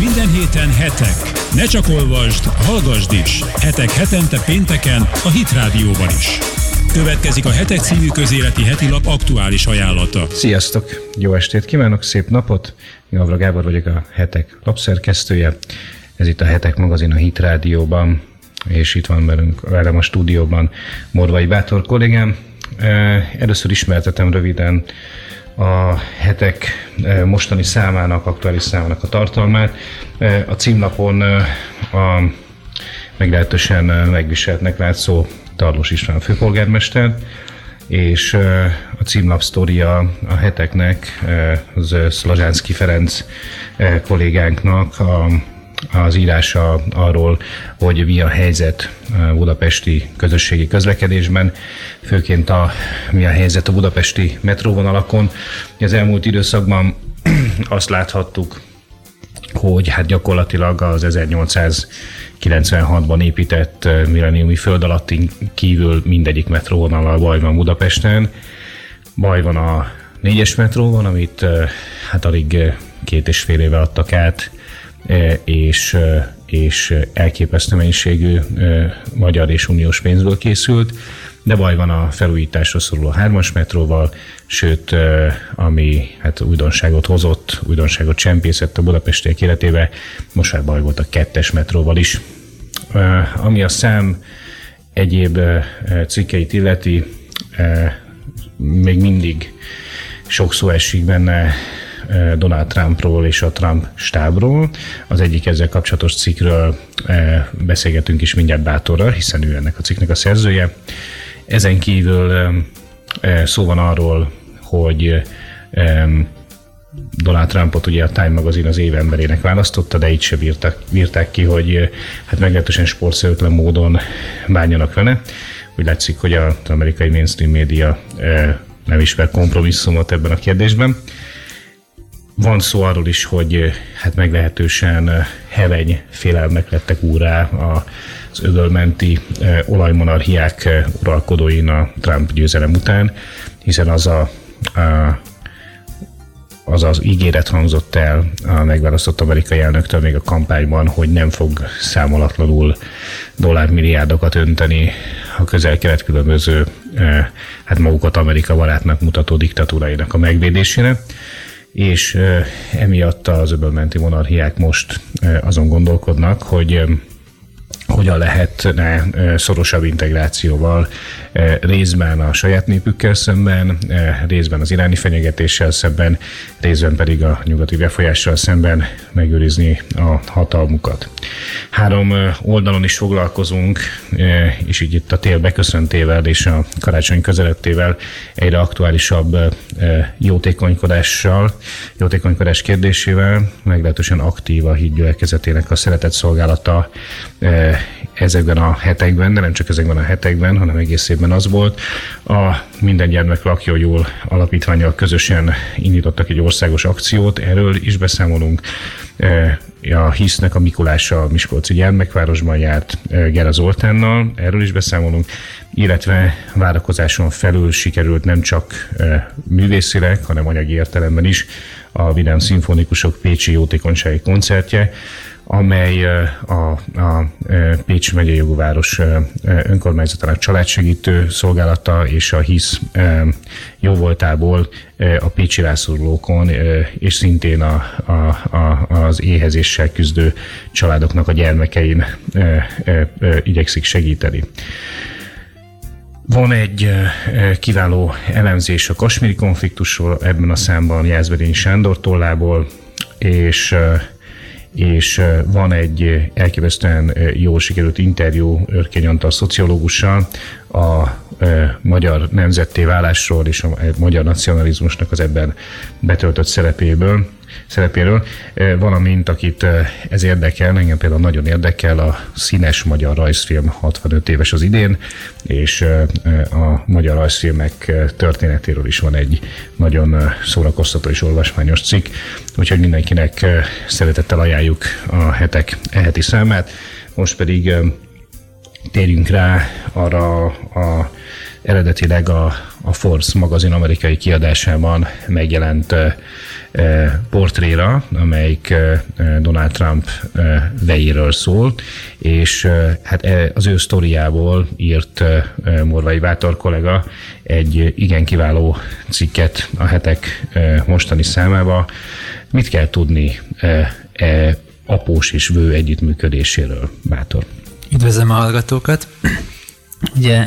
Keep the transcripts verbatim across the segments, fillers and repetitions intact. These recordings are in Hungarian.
Minden héten hetek. Ne csak olvasd, hallgasd is. Hetek hetente pénteken a Hit Rádióban is. Következik a Hetek című közéleti hetilap aktuális ajánlata. Sziasztok! Jó estét kívánok, szép napot! Gavra Gábor vagyok, a Hetek lapszerkesztője. Ez itt a Hetek magazin a Hit Rádióban, és itt van velünk, velem a stúdióban Morvai Bátor kollégám. Először ismertetem röviden a Hetek mostani számának, aktuális számának a tartalmát. A címlapon a meglehetősen megviseltnek látszó Tarlós István főpolgármester, és a címlap sztoria a Heteknek, az Szlazsánszky Ferenc kollégánknak a, az írása arról, hogy mi a helyzet a budapesti közösségi közlekedésben, főként a, mi a helyzet a budapesti metróvonalakon. Az elmúlt időszakban azt láthattuk, hogy hát gyakorlatilag az ezernyolcszázkilencvenhatban épített milleniumi föld alattin kívül mindegyik metróvonallal baj van Budapesten. Baj van a négyes metróban, amit hát alig két és fél éve adtak át, és, és elképesztő mennyiségű magyar és uniós pénzből készült, de baj van a felújításra szoruló hármas metróval, sőt, ami hát újdonságot hozott, újdonságot csempészett a budapestiek életébe, most már baj volt a kettes metróval is. Ami a szám egyéb cikkeit illeti, még mindig sok szó esik benne Donald Trumpról és a Trump stábról. Az egyik ezzel kapcsolatos cikkről beszélgetünk is mindjárt Bátorral, hiszen ő ennek a cikknek a szerzője. Ezen kívül szó van arról, hogy Donald Trumpot ugye a Time magazin az év emberének választotta, de így se bírták, bírták ki, hogy hát meglehetősen sportszerűtlen módon bánjanak vele. Úgy látszik, hogy az amerikai mainstream média nem ismer kompromisszumot ebben a kérdésben. Van szó arról is, hogy hát meglehetősen heveny félelmek lettek úrrá az öbölmenti olajmonarchiák uralkodóin a Trump győzelem után, hiszen az a, a, az, az ígéret hangzott el a megválasztott amerikai elnöktől még a kampányban, hogy nem fog számolatlanul dollármilliárdokat önteni a közel-kelet különböző, hát magukat Amerika barátnak mutató diktatúráinak a megvédésére. És emiatt az öbölmenti monarchiák most azon gondolkodnak, hogy hogyan lehetne szorosabb integrációval részben a saját népükkel szemben, részben az iráni fenyegetéssel szemben, részben pedig a nyugati befolyással szemben megőrizni a hatalmukat. Három oldalon is foglalkozunk, és így itt a tél beköszöntével és a karácsony közelettével egyre aktuálisabb jótékonykodással, jótékonykodás kérdésével. Meglehetősen aktív a híd gyülekezetének a szeretetszolgálata ezekben a hetekben, de nem csak ezekben a hetekben, hanem egész évben az volt. A Minden gyermek lakjon jól alapítvánnyal közösen indítottak egy országos akciót, erről is beszámolunk. A hisznek a Mikulása a Miskolci gyermekvárosban járt Gera Zoltánnal, erről is beszámolunk, illetve várakozáson felül sikerült nem csak művészileg, hanem anyagi értelemben is a Vidám Szimfonikusok pécsi jótékonysági koncertje, amely a, a Pécs megyei jogú város önkormányzatának családsegítő szolgálata és a hisz jóvoltából a pécsi rászorulókon és szintén a, a, a, az éhezéssel küzdő családoknak a gyermekein igyekszik segíteni. Van egy kiváló elemzés a kasmíri konfliktusról ebben a számban Jászberényi Sándor tollából, és és van egy elképesztően jól sikerült interjú Örkény Antal szociológussal a magyar nemzetté válásról és a magyar nacionalizmusnak az ebben betöltött szerepéből, szerepéről, valamint akit ez érdekel, engem például nagyon érdekel, a színes magyar rajzfilm hatvanöt éves az idén, és a magyar rajzfilmek történetéről is van egy nagyon szórakoztató és olvasmányos cikk, úgyhogy mindenkinek szeretettel ajánljuk a hetek eheti számát. Most pedig térjünk rá arra a eredetileg a, a Forbes magazin amerikai kiadásában megjelent portréra, amelyik Donald Trump vejéről szól, és hát az ő sztoriából írt Morvai Bátor kollega egy igen kiváló cikket a Hetek mostani számába. Mit kell tudni e após és vő együttműködéséről, Bátor? Üdvözlöm a hallgatókat! Ugye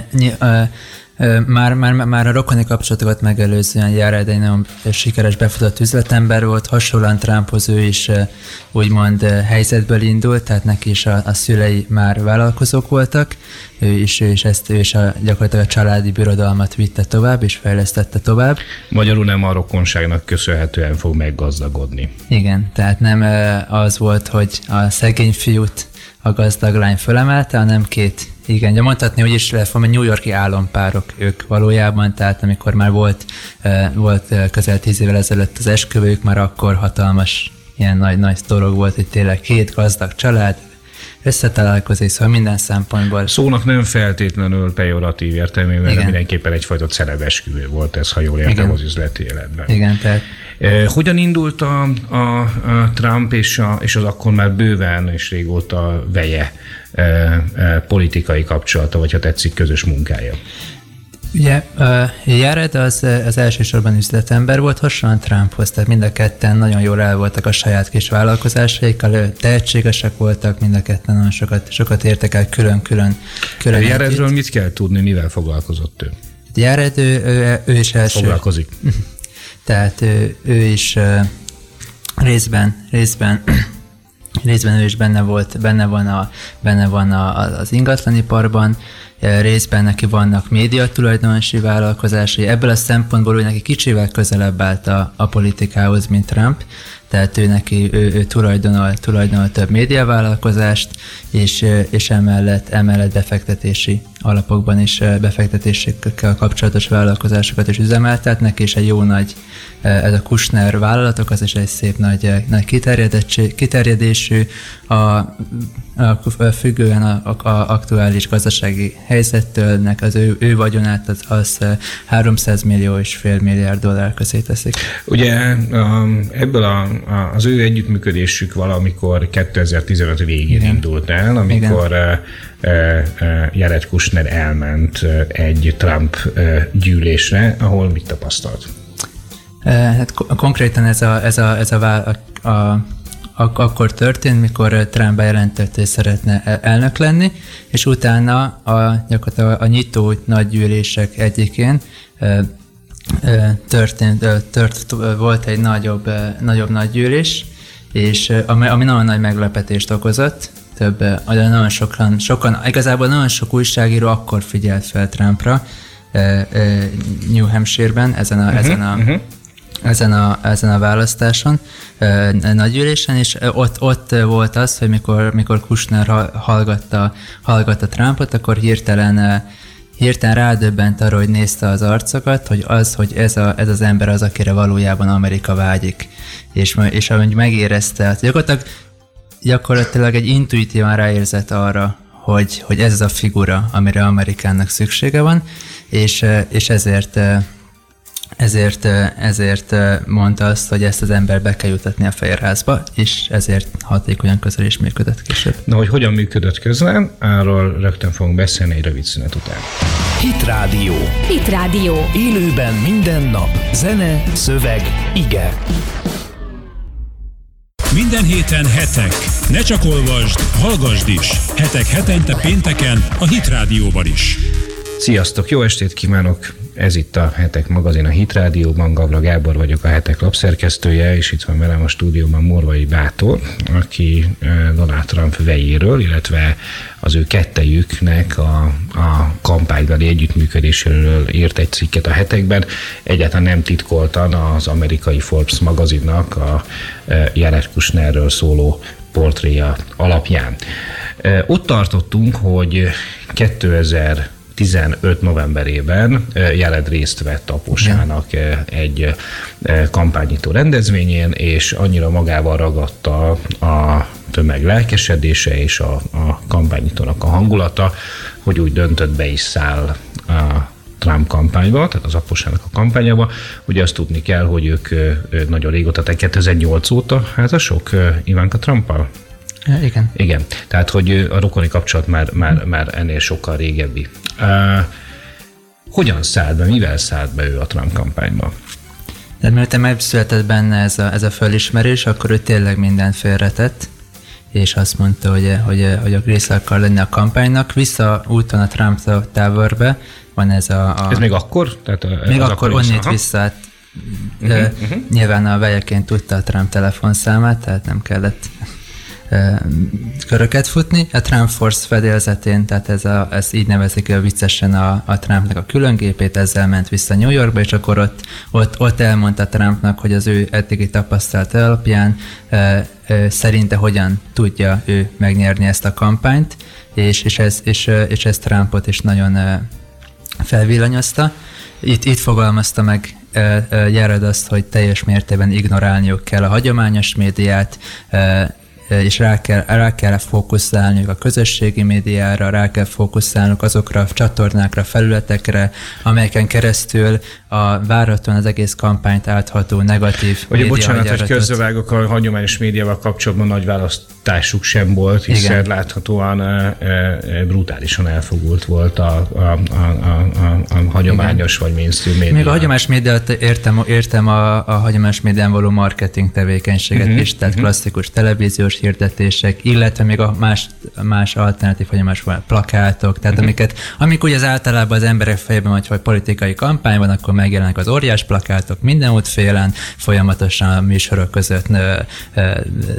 Már, már, már a rokoni kapcsolatokat megelőzően Jared egy nagyon sikeres, befutott üzletember volt, hasonlóan Trumphoz ő is úgymond helyzetből indult, tehát neki is a, a szülei már vállalkozók voltak, ő is, ő is ezt, ő is a, gyakorlatilag a családi birodalmat vitte tovább, és fejlesztette tovább. Magyarul nem a rokonságnak köszönhetően fog meggazdagodni. Igen, tehát nem az volt, hogy a szegény fiút a gazdag lány fölemelte, hanem két, igen, de mondhatni úgy is, hogy New York-i álompárok ők valójában, tehát amikor már volt, volt közel tíz évvel ezelőtt az esküvőjük, már akkor hatalmas, ilyen nagy-nagy dolog volt, hogy tényleg két gazdag család összetalálkozik, szóval minden szempontból. Szónak nem feltétlenül pejoratív értelmében, de mindenképpen egyfajta celebesküvő volt ez, ha jól értem, igen, az üzleti életben. Igen, tehát. Hogyan indult a, a, a Trump és, a, és az akkor már bőven és régóta veje e, e, politikai kapcsolata, vagy ha tetszik, közös munkája? Ugye uh, Jared az, az elsősorban üzletember volt, hasonlóan Trumphoz, tehát mind a ketten nagyon jól el voltak a saját kis vállalkozásaikkal, tehetségesek voltak, mind a ketten nagyon sokat, sokat értek el külön-külön. külön Jaredről mit kell tudni, mivel foglalkozott ő? Jared, ő, ő, ő is első. Foglalkozik. Tehát ő, ő is uh, részben, részben részben ő is benne volt, benne van, a, benne van a, az ingatlaniparban, részben neki vannak média tulajdonosi vállalkozásai. Ebből a szempontból ő neki kicsivel közelebb állt a, a politikához, mint Trump, tehát ő neki ő, ő tulajdonol, tulajdonol több médiavállalkozást, és, és emellett, emellett befektetési alapokban is befektetésekkel kapcsolatos vállalkozásokat is üzemeltet. Neki is egy jó nagy, ez a Kushner vállalatok, az is egy szép nagy, nagy kiterjedésű, a, a, a függően a, a, a aktuális gazdasági helyzettől, nek az ő, ő vagyonát az, az háromszáz millió és fél milliárd dollár közé teszik. Ugye ebből a, az ő együttműködésük valamikor kétezer-tizenöt végén igen. indult el, amikor Jared Kushner elment egy Trump gyűlésre, ahol mit tapasztalt? Hát konkrétan ez a, ez a, ez a, a, a akkor történt, mikor Trump bejelentette, hogy szeretne elnök lenni, és utána a, gyakorlatilag a nyitó nagygyűlések egyikén történt, tört, volt egy nagyobb, nagyobb nagygyűlés, és ami, ami nagyon nagy meglepetést okozott. Több, nagyon sokan, sokan, igazából nagyon sok újságíró akkor figyelt fel Trumpra New Hampshire-ben, ezen a, uh-huh, ezen a uh-huh. Ezen a, ezen a választáson, nagygyűlésen, és ott, ott volt az, hogy mikor, mikor Kushner hallgatta, hallgatta Trumpot, akkor hirtelen, hirtelen rádöbbent arra, hogy nézte az arcokat, hogy az, hogy ez, a, ez az ember az, akire valójában Amerika vágyik. És, és ahogy megérezte, gyakorlatilag, gyakorlatilag egy intuitívan ráérzett arra, hogy, hogy ez az a figura, amire Amerikának szüksége van, és, és ezért Ezért, ezért mondta azt, hogy ezt az ember be kell jutatni a Fehérházba, és ezért hatékonyan közel is működött később. Na, hogy hogyan működött közben, arról rögtön fogunk beszélni egy rövid szünet után. Hit Rádió. Hit Rádió. Élőben minden nap. Zene, szöveg, ige. Minden héten hetek. Ne csak olvasd, hallgasd is. Hetek hetente pénteken a Hit Rádióban is. Sziasztok, jó estét kívánok! Ez itt a Hetek magazin a Hit Rádióban, Gavra Gábor vagyok, a Hetek lapszerkesztője, és itt van velem a stúdióban Morvai Bátor, aki Donald Trump vejéről, illetve az ő kettejüknek a, a kampánybeli együttműködéséről írt egy cikket a Hetekben. Egyáltalán nem titkoltan az amerikai Forbes magazinnak a Jared Kushnerről szóló portréja alapján. Ott tartottunk, hogy kétezer-tizenöt novemberében Jared részt vett apusának egy kampányító rendezvényén, és annyira magával ragadta a tömeg lelkesedése és a, a kampányítónak a hangulata, hogy úgy döntött, be is száll a Trump kampányba, tehát az apósának a kampányába. Ugye azt tudni kell, hogy ők nagyon régóta, tehát kétezer-nyolc óta házasok Ivanka Trumppal? Igen. Igen, tehát hogy a rokoni kapcsolat már, már, már ennél sokkal régebbi. Uh, hogyan szállt be, mivel szállt be ő a Trump kampányba? De miután megszületett benne ez a, ez a fölismerés, akkor ő tényleg mindent félretett, és azt mondta, hogy, hogy, hogy a része akar lenni a kampánynak. Vissza úton a Trump Towerbe van ez a... a ez még akkor? Tehát a, még akkor onnét vissza, hát, uh-huh, uh, uh-huh. Nyilván a vejeként tudta a Trump telefonszámát, tehát nem kellett köröket futni. A Trump Force fedélzetén, tehát ez, a, ez így nevezik a viccesen a, a Trumpnak a különgépét, ezzel ment vissza New Yorkba, és akkor ott, ott, ott elmondta Trumpnak, hogy az ő eddigi tapasztalat alapján e, e, szerinte hogyan tudja ő megnyerni ezt a kampányt, és, és, ez, és, és ez Trumpot is nagyon e, felvillanyozta. Itt, itt fogalmazta meg e, e, Jared azt, hogy teljes mértékben ignorálniuk kell a hagyományos médiát, e, és rá kell, rá kell fókuszálniuk a közösségi médiára, rá kell fókuszálnunk azokra a csatornákra, felületekre, amelyeken keresztül a várhatóan az egész kampányt átható negatív Ugye média bocsánat, hogy közbevágok, a hagyományos médiával kapcsolatban nagy választásuk sem volt, hiszen láthatóan e, e, brutálisan elfogult volt a, a, a, a, a, a hagyományos Igen. vagy mainstream média. Még a hagyományos médiát értem, értem a, a hagyományos médián való marketing tevékenységet uh-huh, is, tehát uh-huh. klasszikus televíziós hirdetések, illetve még a más, más alternatív hagyományos plakátok, tehát uh-huh. amiket, amik ugye az általában az emberek fejében, vagy, vagy politikai kampány van, akkor megjelennek az óriás plakátok minden útfélen, folyamatosan a műsorok között ö, ö,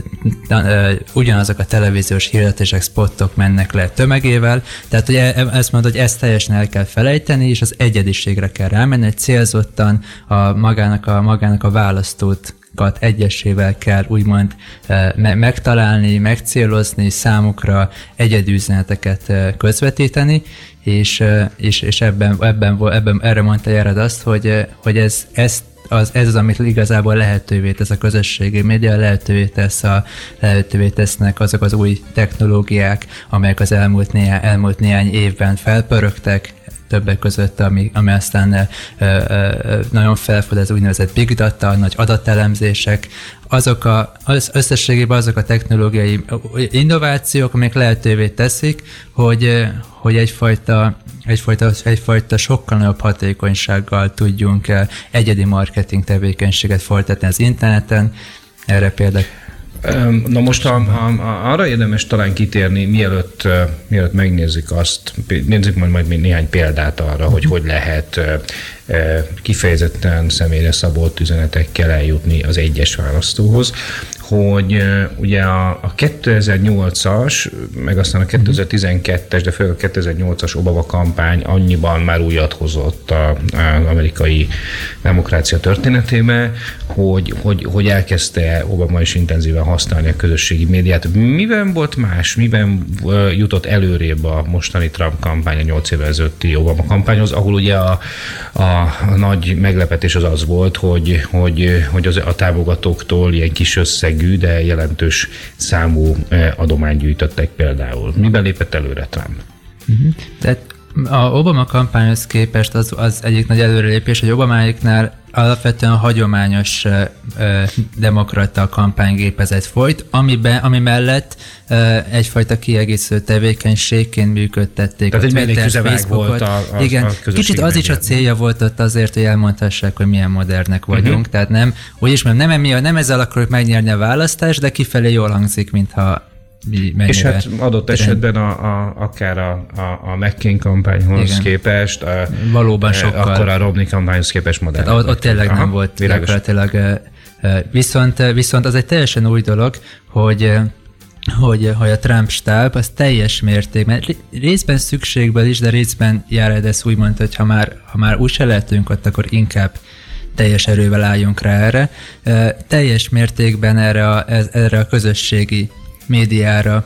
ö, ugyanazok a televíziós hirdetések, spottok mennek le tömegével, tehát ugye ezt mondod, hogy ezt teljesen el kell felejteni, és az egyediségre kell rámenni, hogy célzottan a magának a, magának a választót egyesével kell úgymond me- megtalálni, megcélozni, számukra egyedi üzeneteket közvetíteni, és, és, és ebben, ebben, ebben, erre mondta Jared azt, hogy, hogy ez, ez, az, ez az, amit igazából lehetővé tesz a közösségi média, lehetővé, tesz a, lehetővé tesznek azok az új technológiák, amelyek az elmúlt néhány, elmúlt néhány évben felpörögtek, többek között, ami, ami aztán ö, ö, nagyon felfed, ez úgynevezett big data, nagy adatelemzések, azok a, az összességében azok a technológiai innovációk, amik lehetővé teszik, hogy, hogy egyfajta, egyfajta, egyfajta sokkal nagyobb hatékonysággal tudjunk egyedi marketing tevékenységet folytatni az interneten. Erre például Na most a, a, a, arra érdemes talán kitérni, mielőtt, uh, mielőtt megnézzük azt, nézzük majd, majd még néhány példát arra, hogy hogy lehet uh, uh, kifejezetten személyre szabott üzenetekkel eljutni az egyes választóhoz, hogy uh, ugye a, a kétezer-nyolcas, meg aztán a kétezer-tizenkettes, de főleg a kétezer-nyolcas Obama kampány annyiban már újat hozott az amerikai demokrácia történetébe, hogy, hogy, hogy elkezdte Obama is intenzíven használni a közösségi médiát. Miben volt más, miben jutott előrébb a mostani Trump kampány a nyolc évvel ezelőtti Obama kampányhoz, ahol ugye a, a, a nagy meglepetés az az volt, hogy, hogy, hogy az, a támogatóktól ilyen kis összegű, de jelentős számú adományt gyűjtöttek például. Miben lépett előre Trump? Uh-huh. Tehát a Obama kampányhoz képest az, az egyik nagy előrelépés, hogy Obamáiknál alapvetően a hagyományos uh, demokrata kampánygépezet folyt, amiben, ami mellett uh, egyfajta kiegészítő tevékenységként működtették. Tehát egy melléküzevág volt a, a, Igen, a kicsit az is a célja volt ott azért, hogy elmondhassák, hogy milyen modernek vagyunk. Uh-huh. Tehát nem, úgyis mondom, nem, nem, nem ezzel akarjuk megnyerni a választást, de kifelé jól hangzik, mintha és hát adott esetben a, a, akár a, a, a McCain kampányhoz Igen. képest, a, valóban sokkal. Akkor a Romney kampányhoz képest modern. Ott, ott tényleg Aha, nem volt gyakorlatilag. Viszont, viszont az egy teljesen új dolog, hogy hogy, hogy a Trump stáb az teljes mértékben, részben szükségből is, de részben Jared ezt úgy mondta, hogy ha már, ha már úgy se lehetünk ott, akkor inkább teljes erővel álljunk rá erre. Teljes mértékben erre a, erre a közösségi médiára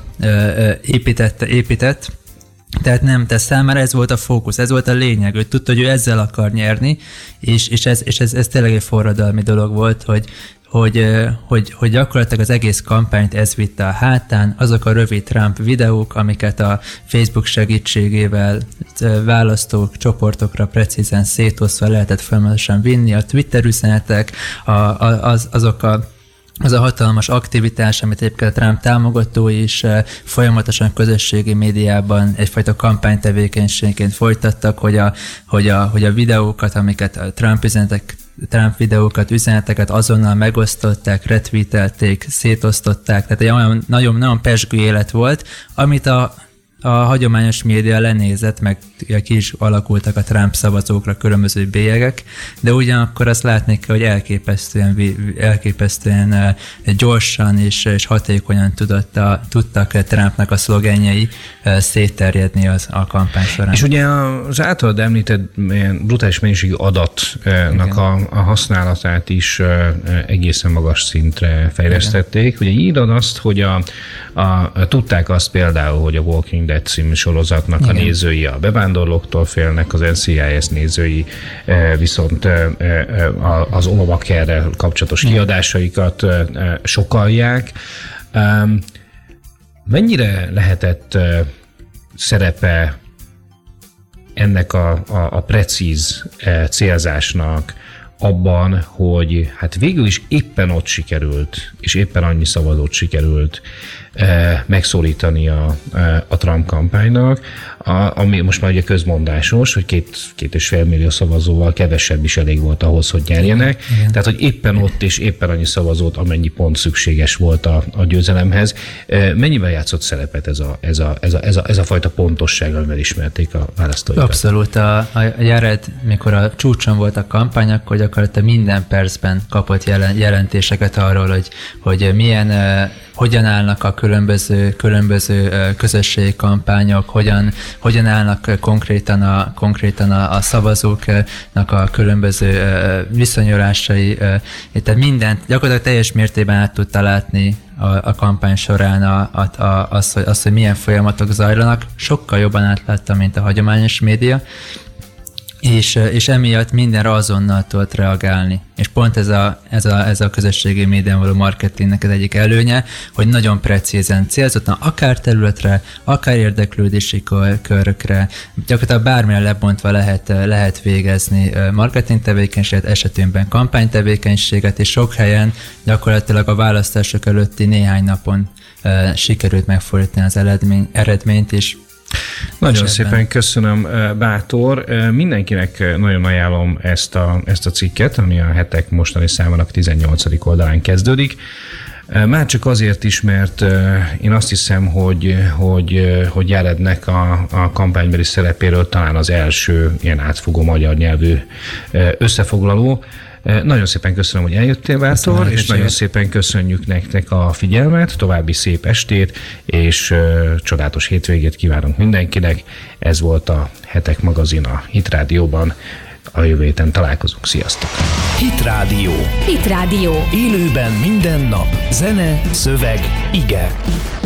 épített, épített, tehát nem, te számára ez volt a fókusz, ez volt a lényeg, hogy tudta, hogy ő ezzel akar nyerni, és, és, ez, és ez, ez tényleg egy forradalmi dolog volt, hogy, hogy, hogy, hogy gyakorlatilag az egész kampányt ez vitte a hátán, azok a rövid Trump videók, amiket a Facebook segítségével választók csoportokra precízen szétosztva lehetett folyamatosan vinni a Twitter üzenetek, a, a, az, azok a az a hatalmas aktivitás, amit egyébként a Trump támogatói is folyamatosan közösségi médiában egyfajta kampánytevékenységként folytattak, hogy a, hogy a, hogy a videókat, amiket a Trump üzenetek Trump videókat, üzeneteket azonnal megosztották, retweetelték, szétosztották, tehát egy olyan nagyon, nagyon pezsgő élet volt, amit a a hagyományos média lenézett, meg ki is alakultak a Trump szavazókra különböző bélyegek, de ugyanakkor azt látni kell, hogy elképesztően, elképesztően gyorsan és, és hatékonyan tudott a, tudtak Trumpnak a szlogenjei szétterjedni az, a kampány során. És ugye az általad említett brutális mennyiségű adatnak a, a használatát is egészen magas szintre fejlesztették. Igen. Ugye írod azt, hogy a, a, tudták azt például, hogy a Walking Dead című sorozatnak igen. a nézői a bevándorlóktól félnek, az en cé i es nézői viszont az Obamacare-rel kapcsolatos igen. kiadásaikat sokalják. Mennyire lehetett szerepe ennek a, a, a precíz célzásnak abban, hogy hát végül is éppen ott sikerült, és éppen annyi szavazót sikerült eh, megszólítani a, a Trump kampánynak, a, ami most már ugye közmondásos, hogy két, két és fél millió szavazóval kevesebb is elég volt ahhoz, hogy nyerjenek. Igen. Tehát, hogy éppen ott és éppen annyi szavazót, amennyi pont szükséges volt a, a győzelemhez. Mennyiben játszott szerepet ez a, ez a, ez a, ez a, ez a fajta pontosság, amivel ismerték a választóikat? Abszolút. A, a Jared, mikor a csúcson volt a kampány, akkor gyakorlatilag minden percben kapott jelen, jelentéseket arról, hogy, hogy milyen, uh, hogyan állnak a különböző, különböző uh, közösségi kampányok, hogyan, hogyan állnak konkrétan a, konkrétan a, a szavazóknak a különböző uh, viszonyulásai. Uh, tehát mindent gyakorlatilag teljes mértékben át tudta látni a, a kampány során a, a, a, az, hogy, az, hogy milyen folyamatok zajlanak. Sokkal jobban átlátta, mint a hagyományos média. És, és emiatt mindenre azonnal tudott reagálni. És pont ez a, ez a, ez a közösségi médián való marketingnek az egyik előnye, hogy nagyon precízen célzottan, akár területre, akár érdeklődési körökre, gyakorlatilag bármire lebontva lehet, lehet végezni marketing tevékenységet, esetünkben kampánytevékenységet, és sok helyen gyakorlatilag a választások előtti néhány napon sikerült megfordítani az eredmény, eredményt is. Nagyon szépen köszönöm, Bátor. Mindenkinek nagyon ajánlom ezt a, ezt a cikket, ami a Hetek mostani számának tizennyolcadik oldalán kezdődik. Már csak azért is, mert én azt hiszem, hogy, hogy, hogy Jarednek a, a kampánybeli szerepéről talán az első ilyen átfogó magyar nyelvű összefoglaló. Nagyon szépen köszönöm, hogy eljöttél, Bátor, és nagyon szépen köszönjük nektek a figyelmet, további szép estét, és uh, csodálatos hétvégét kívánunk mindenkinek. Ez volt a Hetek magazin a Hit Rádióban. A jövő héten találkozunk. Sziasztok! Hit Rádió. Hit Rádió. Élőben minden nap. Zene, szöveg, ige.